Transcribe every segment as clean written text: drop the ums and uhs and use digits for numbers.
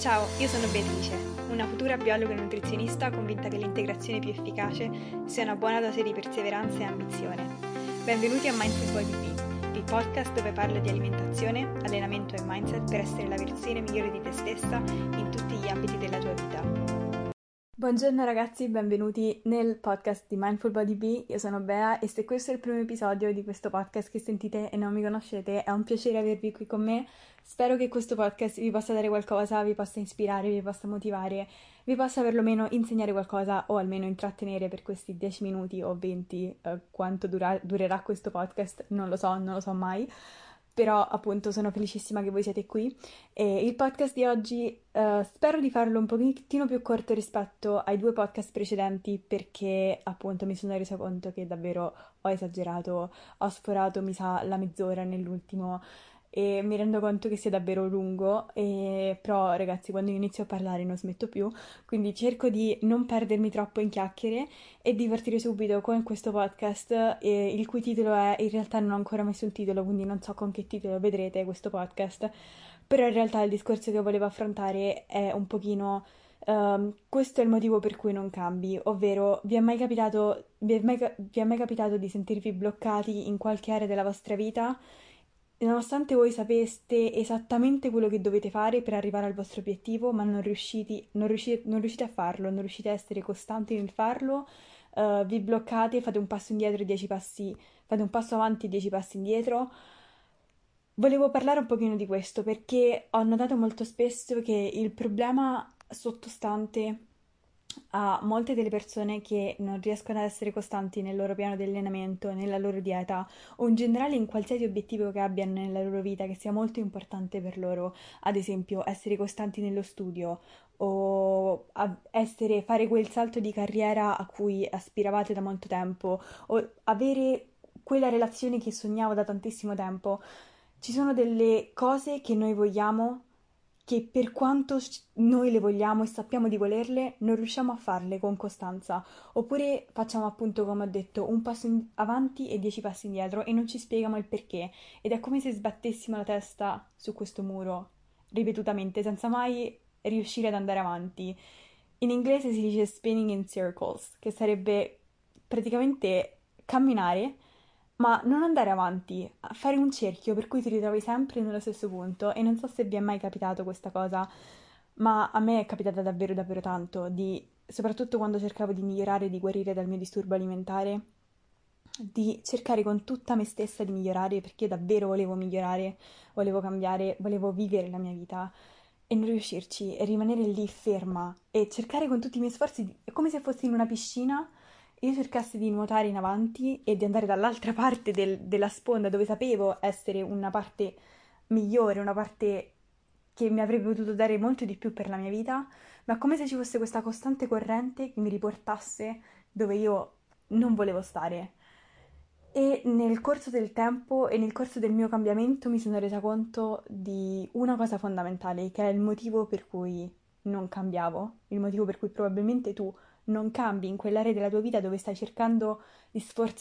Ciao, io sono Beatrice, una futura biologa e nutrizionista convinta che l'integrazione più efficace sia una buona dose di perseveranza e ambizione. Benvenuti a Mindful Body Bee, il podcast dove parlo di alimentazione, allenamento e mindset per essere la versione migliore di te stessa in tutti gli ambiti della tua vita. Buongiorno ragazzi, benvenuti nel podcast di Mindful Body Bee. Io sono Bea e se questo è il primo episodio di questo podcast che sentite e non mi conoscete, è un piacere avervi qui con me. Spero che questo podcast vi possa dare qualcosa, vi possa ispirare, vi possa motivare, vi possa perlomeno insegnare qualcosa o almeno intrattenere per questi 10 minuti o 20, quanto durerà questo podcast, non lo so mai. Però appunto sono felicissima che voi siete qui e il podcast di oggi spero di farlo un pochettino più corto rispetto ai due podcast precedenti perché appunto mi sono resa conto che davvero ho esagerato, ho sforato mi sa la mezz'ora nell'ultimo e mi rendo conto che sia davvero lungo, però ragazzi quando inizio a parlare non smetto più, quindi cerco di non perdermi troppo in chiacchiere e di partire subito con questo podcast, il cui titolo è, in realtà non ho ancora messo il titolo, quindi non so con che titolo vedrete questo podcast, però in realtà il discorso che volevo affrontare è un pochino, questo è il motivo per cui non cambi, ovvero vi è mai capitato di sentirvi bloccati in qualche area della vostra vita? Nonostante voi sapeste esattamente quello che dovete fare per arrivare al vostro obiettivo, ma non riuscite a farlo, non riuscite a essere costanti nel farlo, vi bloccate, fate un passo indietro e 10 passi, fate un passo avanti e 10 passi indietro. Volevo parlare un pochino di questo perché ho notato molto spesso che il problema sottostante a molte delle persone che non riescono ad essere costanti nel loro piano di allenamento, nella loro dieta o in generale in qualsiasi obiettivo che abbiano nella loro vita che sia molto importante per loro, ad esempio essere costanti nello studio o fare quel salto di carriera a cui aspiravate da molto tempo o avere quella relazione che sognavo da tantissimo tempo. Ci sono delle cose che noi vogliamo che per quanto noi le vogliamo e sappiamo di volerle, non riusciamo a farle con costanza, oppure facciamo appunto, come ho detto, un passo avanti e 10 passi indietro e non ci spiegano il perché, ed è come se sbattessimo la testa su questo muro ripetutamente, senza mai riuscire ad andare avanti. In inglese si dice spinning in circles, che sarebbe praticamente camminare ma non andare avanti, a fare un cerchio per cui ti ritrovi sempre nello stesso punto e non so se vi è mai capitato questa cosa, ma a me è capitata davvero davvero tanto, soprattutto quando cercavo di migliorare e di guarire dal mio disturbo alimentare, di cercare con tutta me stessa di migliorare perché davvero volevo migliorare, volevo cambiare, volevo vivere la mia vita e non riuscirci e rimanere lì ferma e cercare con tutti i miei sforzi, è come se fossi in una piscina e io cercassi di nuotare in avanti e di andare dall'altra parte della sponda dove sapevo essere una parte migliore, una parte che mi avrebbe potuto dare molto di più per la mia vita, ma come se ci fosse questa costante corrente che mi riportasse dove io non volevo stare. E nel corso del tempo e nel corso del mio cambiamento mi sono resa conto di una cosa fondamentale, che è il motivo per cui non cambiavo, il motivo per cui probabilmente tu non cambi in quell'area della tua vita dove stai cercando di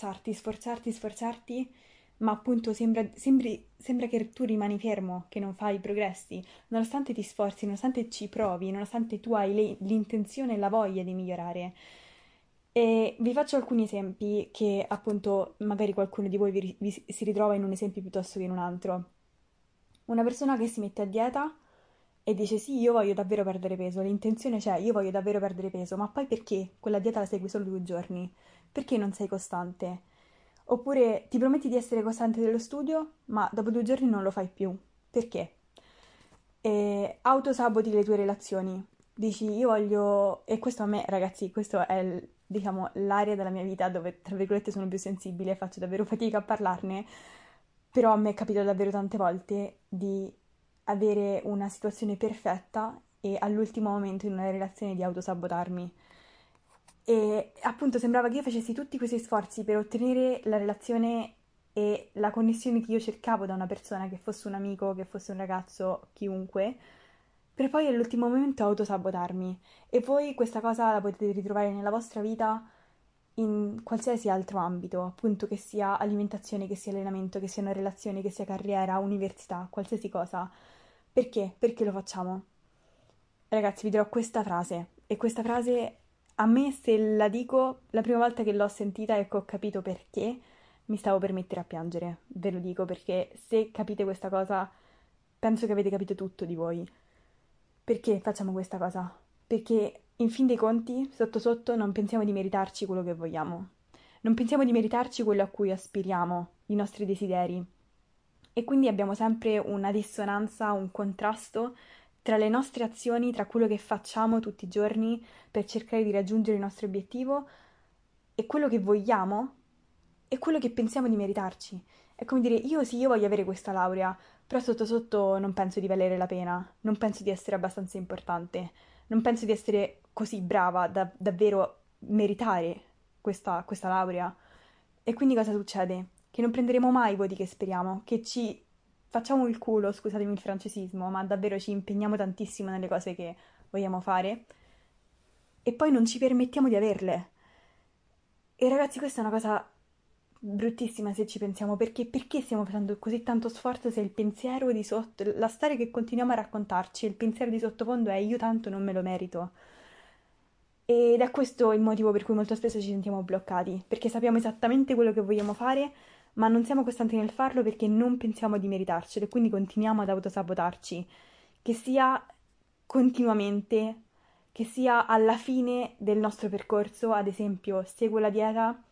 sforzarti, ma appunto sembra che tu rimani fermo, che non fai progressi, nonostante ti sforzi, nonostante ci provi, nonostante tu hai l'intenzione e la voglia di migliorare. E vi faccio alcuni esempi che appunto magari qualcuno di voi si ritrova in un esempio piuttosto che in un altro. Una persona che si mette a dieta e dice sì, io voglio davvero perdere peso, l'intenzione c'è, io voglio davvero perdere peso, ma poi perché quella dieta la segui solo 2 giorni? Perché non sei costante? Oppure ti prometti di essere costante nello studio, ma dopo 2 giorni non lo fai più. Perché? E autosaboti le tue relazioni. Dici, io voglio... E questo a me, ragazzi, questo è, diciamo, l'area della mia vita dove, tra virgolette, sono più sensibile, faccio davvero fatica a parlarne, però a me è capitato davvero tante volte di avere una situazione perfetta e all'ultimo momento in una relazione di autosabotarmi. E appunto sembrava che io facessi tutti questi sforzi per ottenere la relazione e la connessione che io cercavo da una persona, che fosse un amico, che fosse un ragazzo, chiunque, per poi all'ultimo momento autosabotarmi. E voi questa cosa la potete ritrovare nella vostra vita in qualsiasi altro ambito, appunto che sia alimentazione, che sia allenamento, che sia una relazione, che sia carriera, università, qualsiasi cosa. Perché? Perché lo facciamo? Ragazzi, vi dirò questa frase, e questa frase a me, se la dico, la prima volta che l'ho sentita e che ho capito perché, mi stavo per mettere a piangere, ve lo dico, perché se capite questa cosa, penso che avete capito tutto di voi. Perché facciamo questa cosa? Perché in fin dei conti, sotto sotto, non pensiamo di meritarci quello che vogliamo. Non pensiamo di meritarci quello a cui aspiriamo, i nostri desideri. E quindi abbiamo sempre una dissonanza, un contrasto tra le nostre azioni, tra quello che facciamo tutti i giorni per cercare di raggiungere il nostro obiettivo e quello che vogliamo e quello che pensiamo di meritarci. È come dire, io sì, io voglio avere questa laurea, però sotto sotto non penso di valere la pena, non penso di essere abbastanza importante, non penso di essere così brava da davvero meritare questa laurea. E quindi cosa succede? Che non prenderemo mai i voti che speriamo, che ci facciamo il culo, scusatemi il francesismo, ma davvero ci impegniamo tantissimo nelle cose che vogliamo fare e poi non ci permettiamo di averle. E ragazzi, questa è una cosa bruttissima se ci pensiamo, perché stiamo facendo così tanto sforzo se il pensiero di sotto, la storia che continuiamo a raccontarci, il pensiero di sottofondo è io tanto non me lo merito. Ed è questo il motivo per cui molto spesso ci sentiamo bloccati, perché sappiamo esattamente quello che vogliamo fare, ma non siamo costanti nel farlo perché non pensiamo di meritarcelo e quindi continuiamo ad autosabotarci, che sia continuamente, che sia alla fine del nostro percorso, ad esempio, seguo la dieta.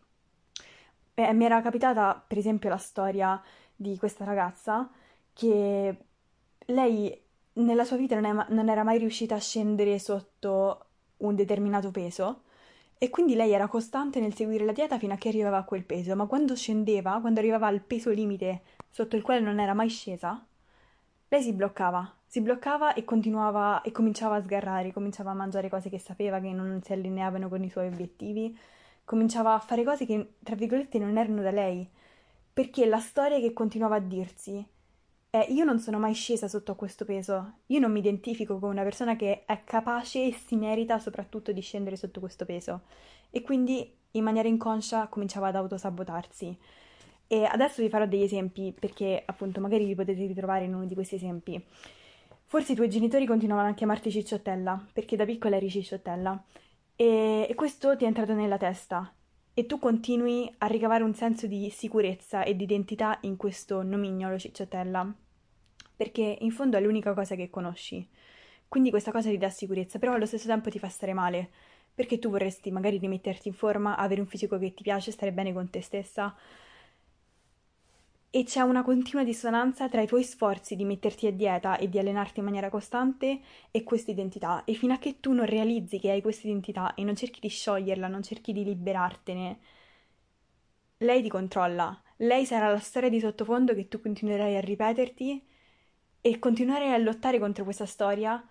Mi era capitata, per esempio, la storia di questa ragazza che lei nella sua vita non era mai riuscita a scendere sotto un determinato peso e quindi lei era costante nel seguire la dieta fino a che arrivava a quel peso, ma quando scendeva, quando arrivava al peso limite sotto il quale non era mai scesa, lei si bloccava e continuava e cominciava a sgarrare, cominciava a mangiare cose che sapeva che non si allineavano con i suoi obiettivi, cominciava a fare cose che, tra virgolette, non erano da lei, perché la storia che continuava a dirsi è io non sono mai scesa sotto a questo peso, io non mi identifico come una persona che è capace e si merita soprattutto di scendere sotto questo peso e quindi in maniera inconscia cominciava ad autosabotarsi. E adesso vi farò degli esempi perché appunto magari vi potete ritrovare in uno di questi esempi. Forse i tuoi genitori continuavano a chiamarti cicciottella perché da piccola eri cicciottella e questo ti è entrato nella testa e tu continui a ricavare un senso di sicurezza e di identità in questo nomignolo cicciottella perché in fondo è l'unica cosa che conosci. Quindi questa cosa ti dà sicurezza, però allo stesso tempo ti fa stare male perché tu vorresti magari rimetterti in forma, avere un fisico che ti piace, stare bene con te stessa e c'è una continua dissonanza tra i tuoi sforzi di metterti a dieta e di allenarti in maniera costante e questa identità. E fino a che tu non realizzi che hai questa identità e non cerchi di scioglierla, non cerchi di liberartene, lei ti controlla. Lei sarà la storia di sottofondo che tu continuerai a ripeterti e continuerai a lottare contro questa storia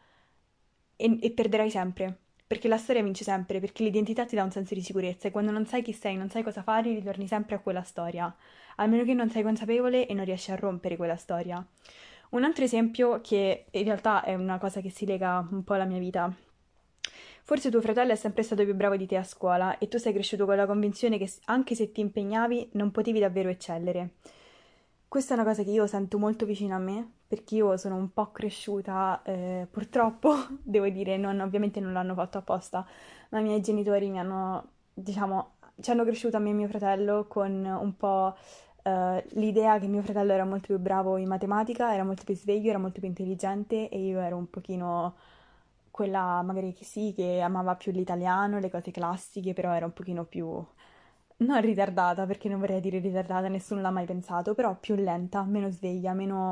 e perderai sempre. Perché la storia vince sempre, perché l'identità ti dà un senso di sicurezza e quando non sai chi sei, non sai cosa fare, ritorni sempre a quella storia, a meno che non sei consapevole e non riesci a rompere quella storia. Un altro esempio che in realtà è una cosa che si lega un po' alla mia vita. Forse tuo fratello è sempre stato più bravo di te a scuola e tu sei cresciuto con la convinzione che anche se ti impegnavi non potevi davvero eccellere. Questa è una cosa che io sento molto vicino a me, perché io sono un po' cresciuta, purtroppo, devo dire, ovviamente non l'hanno fatto apposta, ma i miei genitori mi hanno, diciamo, ci hanno cresciuto a me e mio fratello con un po' l'idea che mio fratello era molto più bravo in matematica, era molto più sveglio, era molto più intelligente e io ero un pochino quella magari che sì, che amava più l'italiano, le cose classiche, però era un pochino più non ritardata, perché non vorrei dire ritardata, nessuno l'ha mai pensato, però più lenta, meno sveglia,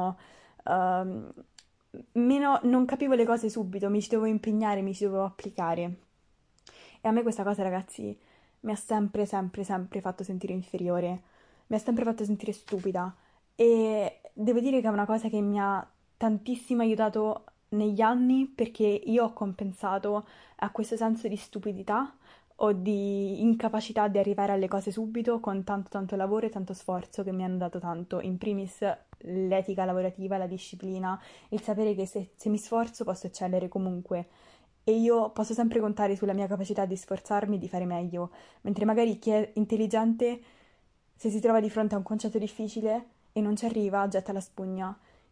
ehm, non capivo le cose subito, mi ci dovevo impegnare, mi ci dovevo applicare. E a me questa cosa, ragazzi, mi ha sempre, sempre, sempre fatto sentire inferiore, mi ha sempre fatto sentire stupida. E devo dire che è una cosa che mi ha tantissimo aiutato negli anni perché io ho compensato a questo senso di stupidità o di incapacità di arrivare alle cose subito con tanto tanto lavoro e tanto sforzo che mi hanno dato tanto. In primis l'etica lavorativa, la disciplina, il sapere che se mi sforzo posso eccellere comunque e io posso sempre contare sulla mia capacità di sforzarmi e di fare meglio, mentre magari chi è intelligente, se si trova di fronte a un concetto difficile e non ci arriva, getta la spugna.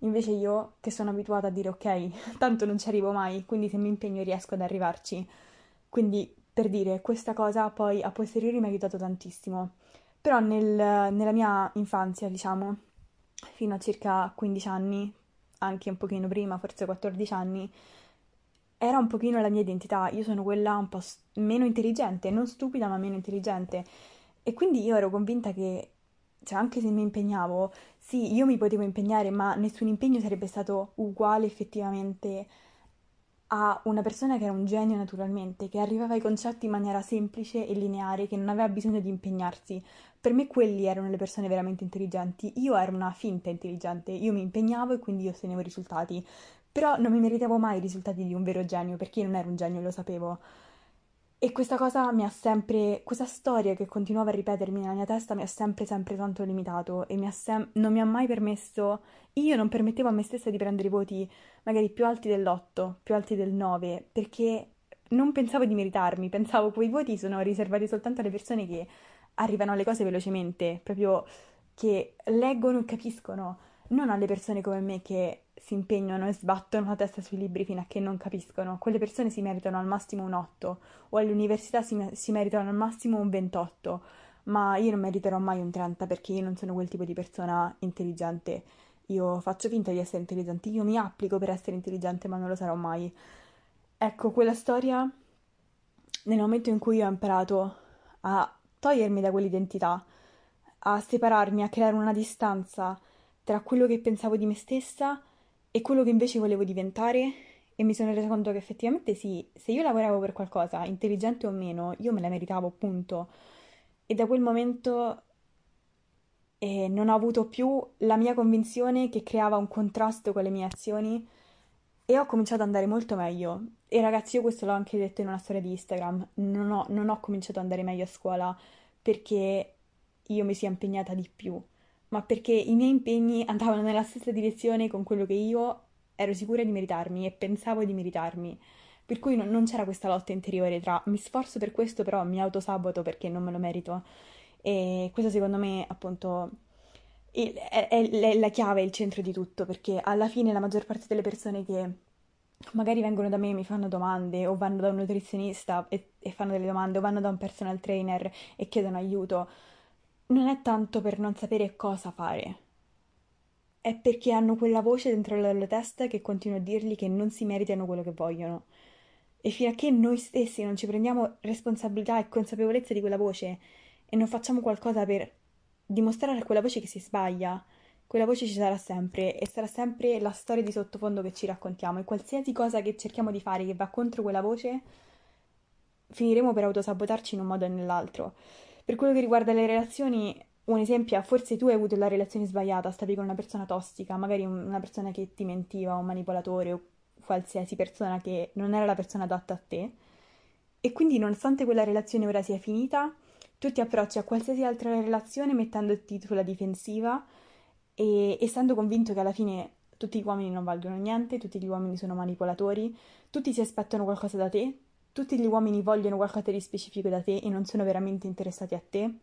Invece io, che sono abituata a dire ok, tanto non ci arrivo mai, quindi se mi impegno riesco ad arrivarci. Quindi, per dire, questa cosa poi a posteriori mi ha aiutato tantissimo. Però nella mia infanzia, diciamo, fino a circa 15 anni, anche un pochino prima, forse 14 anni, era un pochino la mia identità. Io sono quella un po' meno intelligente, non stupida, ma meno intelligente. E quindi io ero convinta che, cioè, anche se mi impegnavo, sì, io mi potevo impegnare, ma nessun impegno sarebbe stato uguale effettivamente a una persona che era un genio naturalmente, che arrivava ai concetti in maniera semplice e lineare, che non aveva bisogno di impegnarsi. Per me quelli erano le persone veramente intelligenti. Io ero una finta intelligente, io mi impegnavo e quindi ottenevo risultati. Però non mi meritavo mai i risultati di un vero genio, perché io non ero un genio, lo sapevo. E questa cosa mi ha sempre, questa storia che continuava a ripetermi nella mia testa mi ha sempre, sempre tanto limitato e non mi ha mai permesso, io non permettevo a me stessa di prendere i voti magari più alti dell'8, più alti del 9, perché non pensavo di meritarmi, pensavo quei voti sono riservati soltanto alle persone che arrivano alle cose velocemente, proprio che leggono e capiscono, non alle persone come me che si impegnano e sbattono la testa sui libri fino a che non capiscono. Quelle persone si meritano al massimo un 8 o all'università si meritano al massimo un 28, ma io non meriterò mai un 30 perché io non sono quel tipo di persona intelligente. Io faccio finta di essere intelligente, io mi applico per essere intelligente, ma non lo sarò mai. Ecco, quella storia, nel momento in cui ho imparato a togliermi da quell'identità, a separarmi, a creare una distanza tra quello che pensavo di me stessa e quello che invece volevo diventare, e mi sono resa conto che effettivamente sì, se io lavoravo per qualcosa, intelligente o meno, io me la meritavo, punto. E da quel momento non ho avuto più la mia convinzione che creava un contrasto con le mie azioni e ho cominciato ad andare molto meglio. E ragazzi, io questo l'ho anche detto in una storia di Instagram, non ho cominciato ad andare meglio a scuola perché io mi sia impegnata di più, ma perché i miei impegni andavano nella stessa direzione con quello che io ero sicura di meritarmi e pensavo di meritarmi. Per cui non c'era questa lotta interiore tra mi sforzo per questo, però mi autosaboto perché non me lo merito. E questo secondo me, appunto, è la chiave, il centro di tutto, perché alla fine la maggior parte delle persone che magari vengono da me e mi fanno domande, o vanno da un nutrizionista e fanno delle domande, o vanno da un personal trainer e chiedono aiuto, non è tanto per non sapere cosa fare, è perché hanno quella voce dentro la loro testa che continua a dirgli che non si meritano quello che vogliono. E fino a che noi stessi non ci prendiamo responsabilità e consapevolezza di quella voce e non facciamo qualcosa per dimostrare a quella voce che si sbaglia, quella voce ci sarà sempre e sarà sempre la storia di sottofondo che ci raccontiamo e qualsiasi cosa che cerchiamo di fare che va contro quella voce, finiremo per autosabotarci in un modo o nell'altro. Per quello che riguarda le relazioni, un esempio è forse tu hai avuto la relazione sbagliata, stavi con una persona tossica, magari una persona che ti mentiva, un manipolatore o qualsiasi persona che non era la persona adatta a te. E quindi, nonostante quella relazione ora sia finita, tu ti approcci a qualsiasi altra relazione mettendoti sulla difensiva e essendo convinto che alla fine tutti gli uomini non valgono niente, tutti gli uomini sono manipolatori, tutti si aspettano qualcosa da te, tutti gli uomini vogliono qualcosa di specifico da te e non sono veramente interessati a te.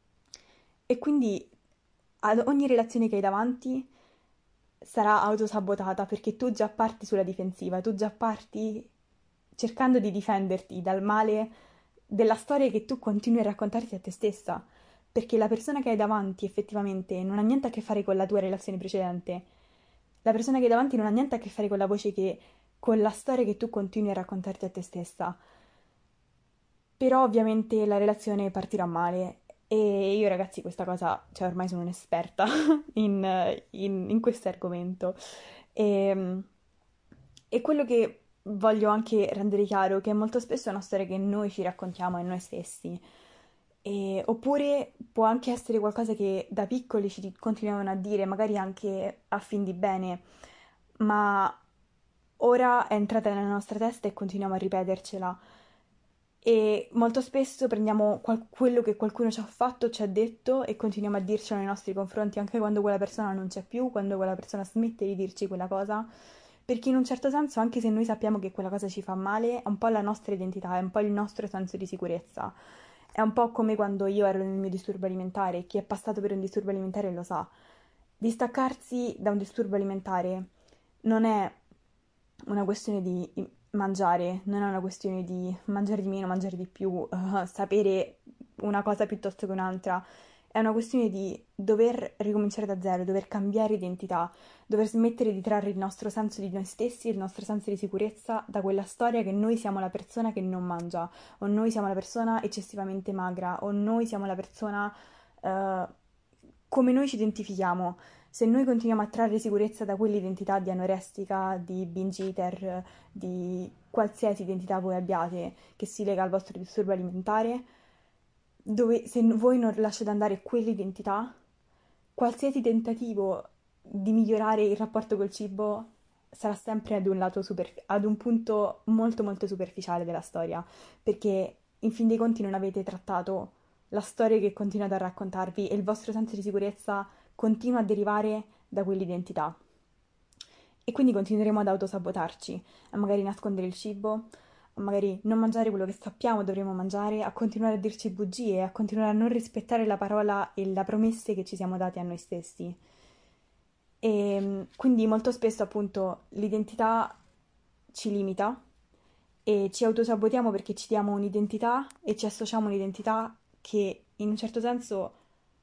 E quindi ad ogni relazione che hai davanti sarà autosabotata perché tu già parti sulla difensiva, tu già parti cercando di difenderti dal male della storia che tu continui a raccontarti a te stessa, perché la persona che hai davanti effettivamente non ha niente a che fare con la tua relazione precedente. La persona che hai davanti non ha niente a che fare con la voce che, con la storia che tu continui a raccontarti a te stessa. Però ovviamente la relazione partirà male e io ragazzi questa cosa, cioè ormai sono un'esperta in questo argomento. E, e quello che voglio anche rendere chiaro è che molto spesso è una storia che noi ci raccontiamo a noi stessi. Oppure può anche essere qualcosa che da piccoli ci continuavano a dire, magari anche a fin di bene, ma ora è entrata nella nostra testa e continuiamo a ripetercela. E molto spesso prendiamo quello che qualcuno ci ha fatto, ci ha detto e continuiamo a dircelo nei nostri confronti anche quando quella persona non c'è più, quando quella persona smette di dirci quella cosa, perché in un certo senso, anche se noi sappiamo che quella cosa ci fa male, è un po' la nostra identità, è un po' il nostro senso di sicurezza. È un po' come quando io ero nel mio disturbo alimentare, chi è passato per un disturbo alimentare lo sa. Distaccarsi da un disturbo alimentare non è una questione di mangiare, non è una questione di mangiare di meno, mangiare di più, sapere una cosa piuttosto che un'altra. È una questione di dover ricominciare da zero, dover cambiare identità, dover smettere di trarre il nostro senso di noi stessi, il nostro senso di sicurezza da quella storia che noi siamo la persona che non mangia, o noi siamo la persona eccessivamente magra, o noi siamo la persona eh, come noi ci identifichiamo. Se noi continuiamo a trarre sicurezza da quell'identità di anorestica, di binge eater, di qualsiasi identità voi abbiate che si lega al vostro disturbo alimentare, dove se voi non lasciate andare quell'identità, qualsiasi tentativo di migliorare il rapporto col cibo sarà sempre ad un lato ad un punto molto molto superficiale della storia, perché in fin dei conti non avete trattato la storia che continuate a raccontarvi e il vostro senso di sicurezza continua a derivare da quell'identità. E quindi continueremo ad autosabotarci, a magari nascondere il cibo, a magari non mangiare quello che sappiamo dovremmo mangiare, a continuare a dirci bugie, a continuare a non rispettare la parola e le promesse che ci siamo dati a noi stessi. E quindi molto spesso appunto l'identità ci limita e ci autosabotiamo perché ci diamo un'identità e ci associamo un'identità che in un certo senso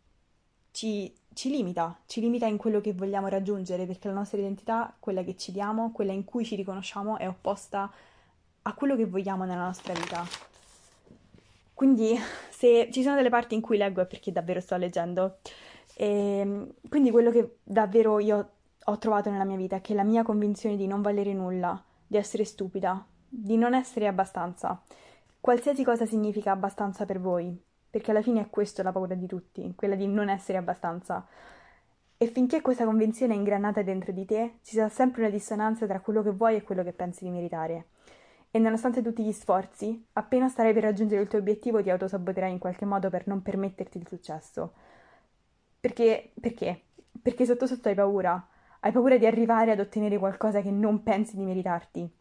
ci limita in quello che vogliamo raggiungere, perché la nostra identità, quella che ci diamo, quella in cui ci riconosciamo, è opposta a quello che vogliamo nella nostra vita. Quindi se ci sono delle parti in cui leggo è perché davvero sto leggendo. Quindi quello che davvero io ho trovato nella mia vita è che la mia convinzione di non valere nulla, di essere stupida, di non essere abbastanza, qualsiasi cosa significa abbastanza per voi, perché alla fine è questa la paura di tutti, quella di non essere abbastanza. E finché questa convinzione è ingranata dentro di te, ci sarà sempre una dissonanza tra quello che vuoi e quello che pensi di meritare. E nonostante tutti gli sforzi, appena starai per raggiungere il tuo obiettivo, ti autosaboterai in qualche modo per non permetterti il successo. Perché? Perché sotto sotto hai paura. Hai paura di arrivare ad ottenere qualcosa che non pensi di meritarti.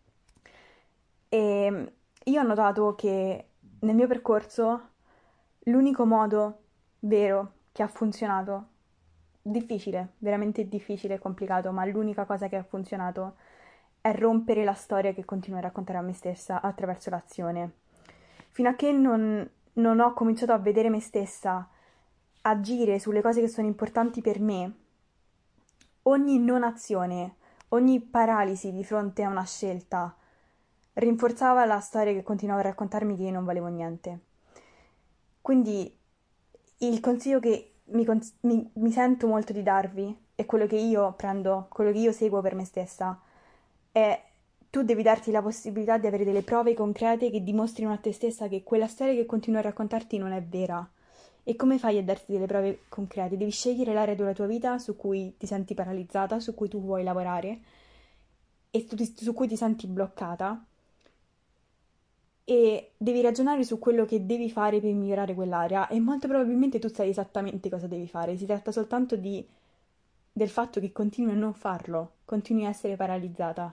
E io ho notato che nel mio percorso l'unico modo vero che ha funzionato, difficile, veramente difficile e complicato, ma l'unica cosa che ha funzionato è rompere la storia che continuo a raccontare a me stessa attraverso l'azione. Fino a che non ho cominciato a vedere me stessa agire sulle cose che sono importanti per me, ogni non azione, ogni paralisi di fronte a una scelta rinforzava la storia che continuavo a raccontarmi che io non valevo niente. Quindi il consiglio che mi sento molto di darvi è quello che io prendo, quello che io seguo per me stessa, è tu devi darti la possibilità di avere delle prove concrete che dimostrino a te stessa che quella storia che continui a raccontarti non è vera. E come fai a darti delle prove concrete? Devi scegliere l'area della tua vita su cui ti senti paralizzata, su cui tu vuoi lavorare e su cui ti senti bloccata e devi ragionare su quello che devi fare per migliorare quell'area e molto probabilmente tu sai esattamente cosa devi fare, si tratta soltanto del fatto che continui a non farlo, continui a essere paralizzata.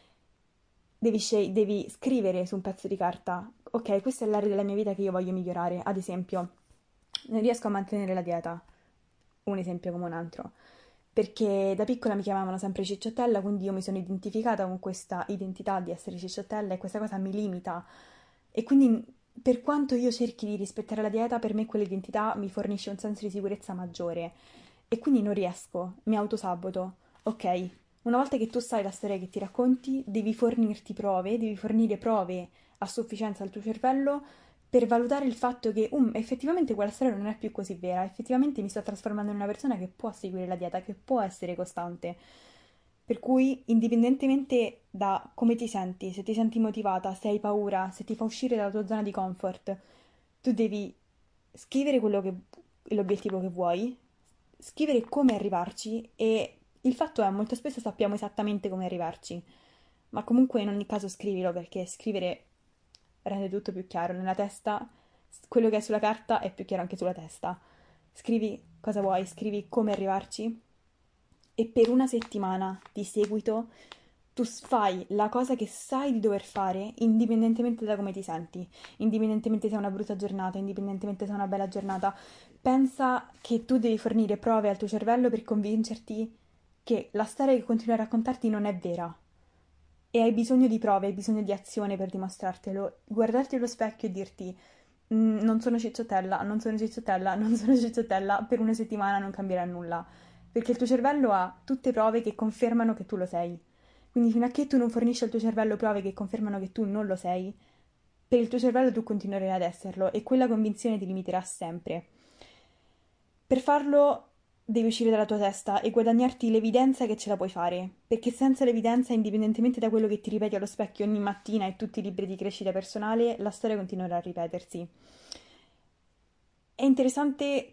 Devi scrivere su un pezzo di carta, ok, questa è l'area della mia vita che io voglio migliorare, ad esempio, non riesco a mantenere la dieta, un esempio come un altro, perché da piccola mi chiamavano sempre cicciottella, quindi io mi sono identificata con questa identità di essere cicciottella e questa cosa mi limita. E quindi per quanto io cerchi di rispettare la dieta, per me quell'identità mi fornisce un senso di sicurezza maggiore. E quindi non riesco, mi autosaboto. Ok, una volta che tu sai la storia che ti racconti, devi fornirti prove, devi fornire prove a sufficienza al tuo cervello per valutare il fatto che effettivamente quella storia non è più così vera, effettivamente mi sto trasformando in una persona che può seguire la dieta, che può essere costante. Per cui, indipendentemente da come ti senti, se ti senti motivata, se hai paura, se ti fa uscire dalla tua zona di comfort, tu devi scrivere l'obiettivo che vuoi, scrivere come arrivarci e il fatto è molto spesso sappiamo esattamente come arrivarci, ma comunque in ogni caso scrivilo perché scrivere rende tutto più chiaro nella testa, quello che è sulla carta è più chiaro anche sulla testa. Scrivi cosa vuoi, scrivi come arrivarci e per una settimana di seguito tu fai la cosa che sai di dover fare indipendentemente da come ti senti, indipendentemente se è una brutta giornata, indipendentemente se è una bella giornata. pensa che tu devi fornire prove al tuo cervello per convincerti che la storia che continua a raccontarti non è vera. E hai bisogno di prove, hai bisogno di azione per dimostrartelo. Guardarti allo specchio e dirti non sono cicciottella, non sono cicciottella, non sono cicciottella, per una settimana non cambierà nulla. Perché il tuo cervello ha tutte prove che confermano che tu lo sei. Quindi fino a che tu non fornisci al tuo cervello prove che confermano che tu non lo sei, per il tuo cervello tu continuerai ad esserlo e quella convinzione ti limiterà sempre. Per farlo devi uscire dalla tua testa e guadagnarti l'evidenza che ce la puoi fare, perché senza l'evidenza, indipendentemente da quello che ti ripeti allo specchio ogni mattina e tutti i libri di crescita personale, la storia continuerà a ripetersi. È interessante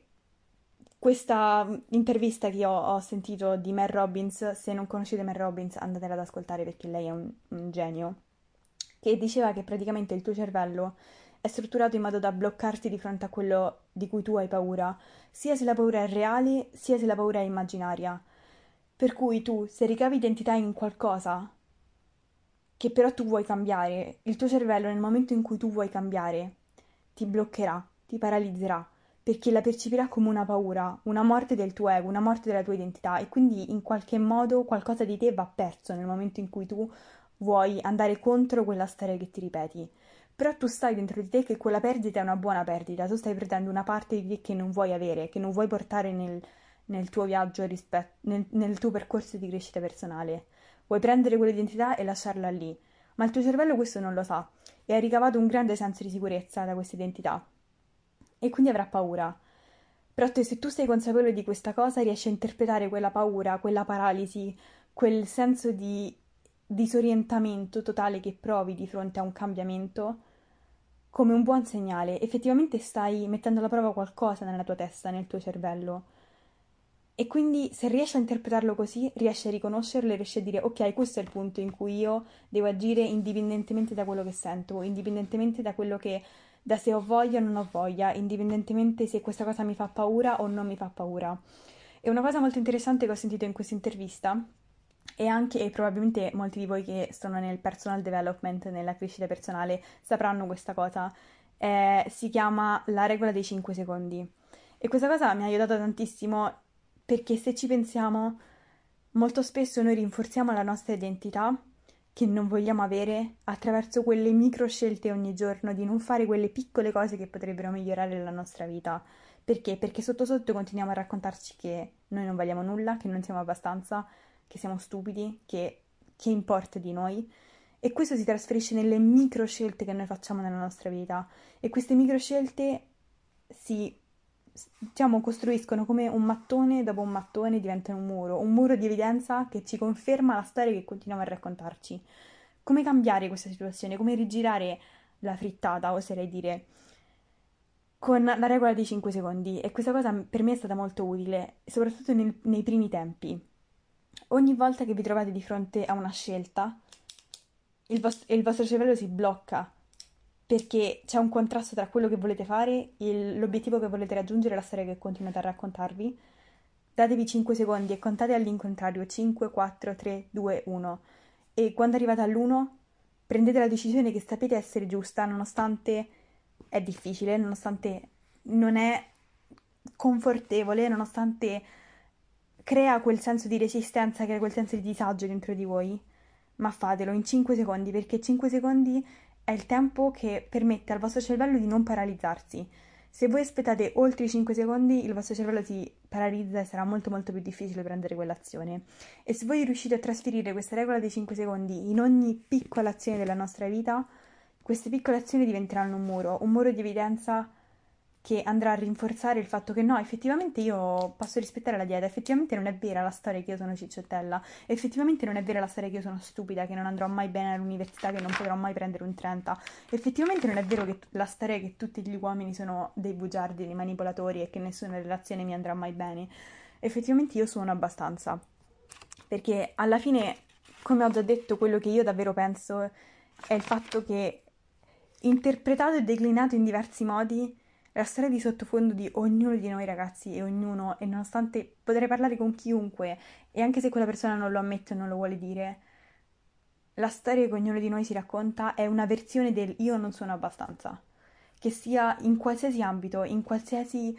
questa intervista che ho sentito di Mel Robbins. Se non conoscete Mel Robbins, andatela ad ascoltare perché lei è un genio, che diceva che praticamente il tuo cervello è strutturato in modo da bloccarti di fronte a quello di cui tu hai paura, sia se la paura è reale, sia se la paura è immaginaria. Per cui tu, se ricavi identità in qualcosa che però tu vuoi cambiare, il tuo cervello nel momento in cui tu vuoi cambiare ti bloccherà, ti paralizzerà, perché la percepirà come una paura, una morte del tuo ego, una morte della tua identità e quindi in qualche modo qualcosa di te va perso nel momento in cui tu vuoi andare contro quella storia che ti ripeti. Però tu sai dentro di te che quella perdita è una buona perdita, tu stai perdendo una parte di te che non vuoi avere, che non vuoi portare nel tuo viaggio, nel tuo percorso di crescita personale. Vuoi prendere quell'identità e lasciarla lì, ma il tuo cervello questo non lo sa e ha ricavato un grande senso di sicurezza da questa identità e quindi avrà paura. Però se tu sei consapevole di questa cosa, riesci a interpretare quella paura, quella paralisi, quel senso di disorientamento totale che provi di fronte a un cambiamento come un buon segnale. Effettivamente stai mettendo alla prova qualcosa nella tua testa, nel tuo cervello. E quindi se riesci a interpretarlo così, riesci a riconoscerlo e riesci a dire ok, questo è il punto in cui io devo agire indipendentemente da quello che sento, indipendentemente da quello che, da se ho voglia o non ho voglia, indipendentemente se questa cosa mi fa paura o non mi fa paura. E una cosa molto interessante che ho sentito in questa intervista, e anche, e probabilmente molti di voi che sono nel personal development, nella crescita personale, sapranno questa cosa, si chiama la regola dei 5 secondi. E questa cosa mi ha aiutato tantissimo perché se ci pensiamo, molto spesso noi rinforziamo la nostra identità che non vogliamo avere attraverso quelle micro scelte ogni giorno di non fare quelle piccole cose che potrebbero migliorare la nostra vita. Perché? Perché sotto sotto continuiamo a raccontarci che noi non valiamo nulla, che non siamo abbastanza, che siamo stupidi, che importa di noi. E questo si trasferisce nelle micro scelte che noi facciamo nella nostra vita. E queste micro scelte si, diciamo, costruiscono come un mattone dopo un mattone, diventano un muro di evidenza che ci conferma la storia che continuiamo a raccontarci. Come cambiare questa situazione? Come rigirare la frittata, oserei dire, con la regola dei 5 secondi. E questa cosa per me è stata molto utile, soprattutto nei primi tempi. Ogni volta che vi trovate di fronte a una scelta, il vostro cervello si blocca perché c'è un contrasto tra quello che volete fare, l'obiettivo che volete raggiungere e la storia che continuate a raccontarvi. Datevi 5 secondi e contate all'incontrario 5, 4, 3, 2, 1. E quando arrivate all'1, prendete la decisione che sapete essere giusta, nonostante è difficile, nonostante non è confortevole, nonostante crea quel senso di resistenza, crea quel senso di disagio dentro di voi, ma fatelo in 5 secondi, perché 5 secondi è il tempo che permette al vostro cervello di non paralizzarsi. Se voi aspettate oltre i 5 secondi, il vostro cervello si paralizza e sarà molto molto più difficile prendere quell'azione. E se voi riuscite a trasferire questa regola dei 5 secondi in ogni piccola azione della nostra vita, queste piccole azioni diventeranno un muro di evidenza che andrà a rinforzare il fatto che no, effettivamente io posso rispettare la dieta, effettivamente non è vera la storia che io sono cicciottella, effettivamente non è vera la storia che io sono stupida, che non andrò mai bene all'università, che non potrò mai prendere un 30, effettivamente non è vero che la storia che tutti gli uomini sono dei bugiardi, dei manipolatori e che nessuna relazione mi andrà mai bene, effettivamente io sono abbastanza, perché alla fine, come ho già detto, quello che io davvero penso è il fatto che interpretato e declinato in diversi modi, la storia di sottofondo di ognuno di noi ragazzi e ognuno, e nonostante potrei parlare con chiunque, e anche se quella persona non lo ammette o non lo vuole dire, la storia che ognuno di noi si racconta è una versione del io non sono abbastanza, che sia in qualsiasi ambito, in qualsiasi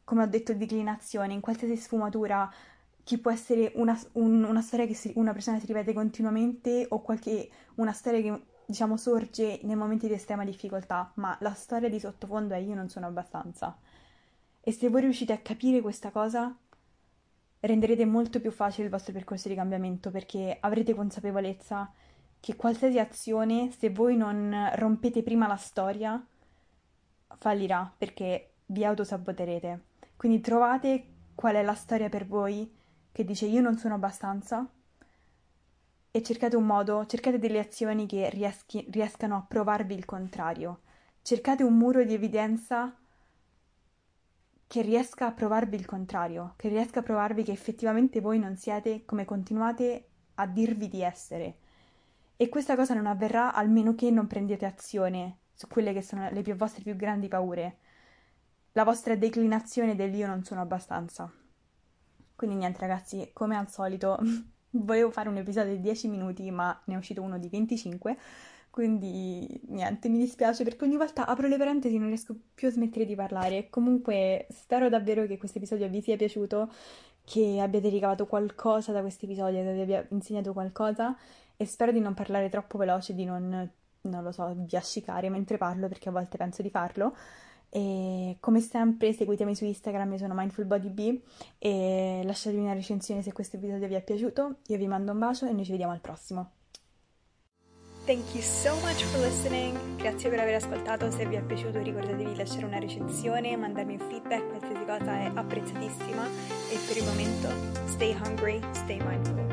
come ho detto, declinazione, in qualsiasi sfumatura, che può essere una storia che una persona si ripete continuamente o una storia che, diciamo, sorge nei momenti di estrema difficoltà, ma la storia di sottofondo è io non sono abbastanza. E se voi riuscite a capire questa cosa, renderete molto più facile il vostro percorso di cambiamento, perché avrete consapevolezza che qualsiasi azione, se voi non rompete prima la storia, fallirà, perché vi autosaboterete. Quindi trovate qual è la storia per voi che dice io non sono abbastanza e cercate un modo, cercate delle azioni che riescano a provarvi il contrario. Cercate un muro di evidenza che riesca a provarvi il contrario, che riesca a provarvi che effettivamente voi non siete come continuate a dirvi di essere. E questa cosa non avverrà almeno che non prendete azione su quelle che sono le vostre più grandi paure, la vostra declinazione dell'io non sono abbastanza. Quindi niente ragazzi, come al solito volevo fare un episodio di 10 minuti, ma ne è uscito uno di 25, quindi niente, mi dispiace perché ogni volta apro le parentesi e non riesco più a smettere di parlare. Comunque spero davvero che questo episodio vi sia piaciuto, che abbiate ricavato qualcosa da questo episodio, che vi abbia insegnato qualcosa e spero di non parlare troppo veloce, di non lo so, biascicare mentre parlo perché a volte penso di farlo. E come sempre seguitemi su Instagram, io sono MindfulBodyB e lasciatemi una recensione se questo episodio vi è piaciuto. Io vi mando un bacio e noi ci vediamo al prossimo. Thank you so much for listening. Grazie per aver ascoltato. Se vi è piaciuto ricordatevi di lasciare una recensione, mandarmi un feedback, qualsiasi cosa è apprezzatissima. E per il momento, stay hungry, stay mindful.